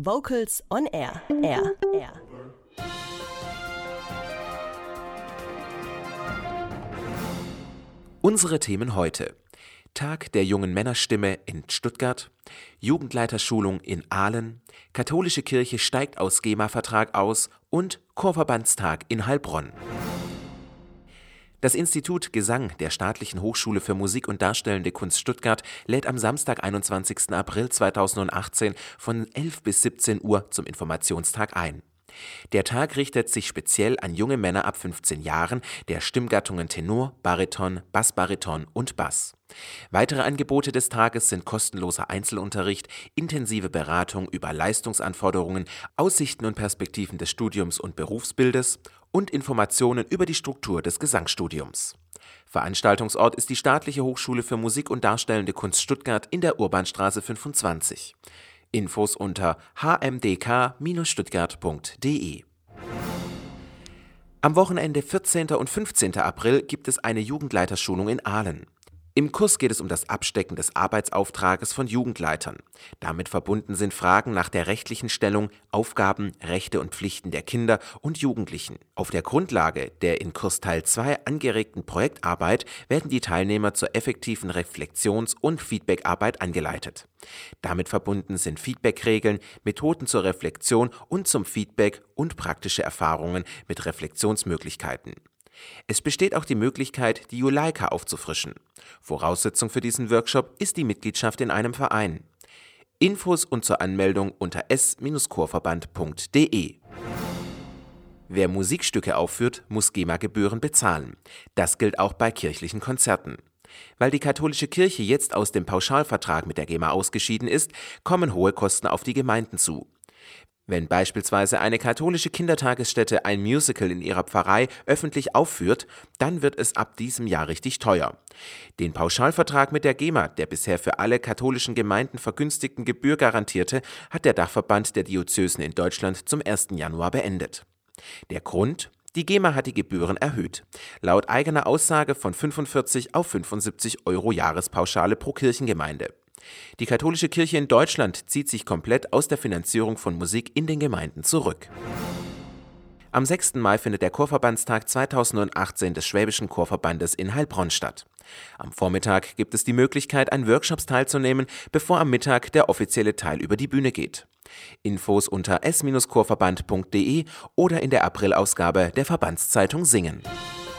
Vocals on Air. Unsere Themen heute: Tag der jungen Männerstimme in Stuttgart, Jugendleiterschulung in Aalen, Katholische Kirche steigt aus GEMA-Vertrag aus und Chorverbandstag in Heilbronn. Das Institut Gesang der Staatlichen Hochschule für Musik und Darstellende Kunst Stuttgart lädt am Samstag, 21. April 2018 von 11 bis 17 Uhr zum Informationstag ein. Der Tag richtet sich speziell an junge Männer ab 15 Jahren der Stimmgattungen Tenor, Bariton, Bassbariton und Bass. Weitere Angebote des Tages sind kostenloser Einzelunterricht, intensive Beratung über Leistungsanforderungen, Aussichten und Perspektiven des Studiums und Berufsbildes und Informationen über die Struktur des Gesangsstudiums. Veranstaltungsort ist die Staatliche Hochschule für Musik und Darstellende Kunst Stuttgart in der Urbanstraße 25. Infos unter hmdk-stuttgart.de. Am Wochenende 14. und 15. April gibt es eine Jugendleiterschulung in Aalen. Im Kurs geht es um das Abstecken des Arbeitsauftrages von Jugendleitern. Damit verbunden sind Fragen nach der rechtlichen Stellung, Aufgaben, Rechte und Pflichten der Kinder und Jugendlichen. Auf der Grundlage der in Kurs Teil 2 angeregten Projektarbeit werden die Teilnehmer zur effektiven Reflexions- und Feedbackarbeit angeleitet. Damit verbunden sind Feedbackregeln, Methoden zur Reflexion und zum Feedback und praktische Erfahrungen mit Reflexionsmöglichkeiten. Es besteht auch die Möglichkeit, die Juleika aufzufrischen. Voraussetzung für diesen Workshop ist die Mitgliedschaft in einem Verein. Infos und zur Anmeldung unter s-chorverband.de. Wer Musikstücke aufführt, muss GEMA-Gebühren bezahlen. Das gilt auch bei kirchlichen Konzerten. Weil die Katholische Kirche jetzt aus dem Pauschalvertrag mit der GEMA ausgeschieden ist, kommen hohe Kosten auf die Gemeinden zu. Wenn beispielsweise eine katholische Kindertagesstätte ein Musical in ihrer Pfarrei öffentlich aufführt, dann wird es ab diesem Jahr richtig teuer. Den Pauschalvertrag mit der GEMA, der bisher für alle katholischen Gemeinden vergünstigten Gebühr garantierte, hat der Dachverband der Diözesen in Deutschland zum 1. Januar beendet. Der Grund? Die GEMA hat die Gebühren erhöht. Laut eigener Aussage von 45 auf 75 Euro Jahrespauschale pro Kirchengemeinde. Die Katholische Kirche in Deutschland zieht sich komplett aus der Finanzierung von Musik in den Gemeinden zurück. Am 6. Mai findet der Chorverbandstag 2018 des Schwäbischen Chorverbandes in Heilbronn statt. Am Vormittag gibt es die Möglichkeit, an Workshops teilzunehmen, bevor am Mittag der offizielle Teil über die Bühne geht. Infos unter s-chorverband.de oder in der Aprilausgabe der Verbandszeitung Singen.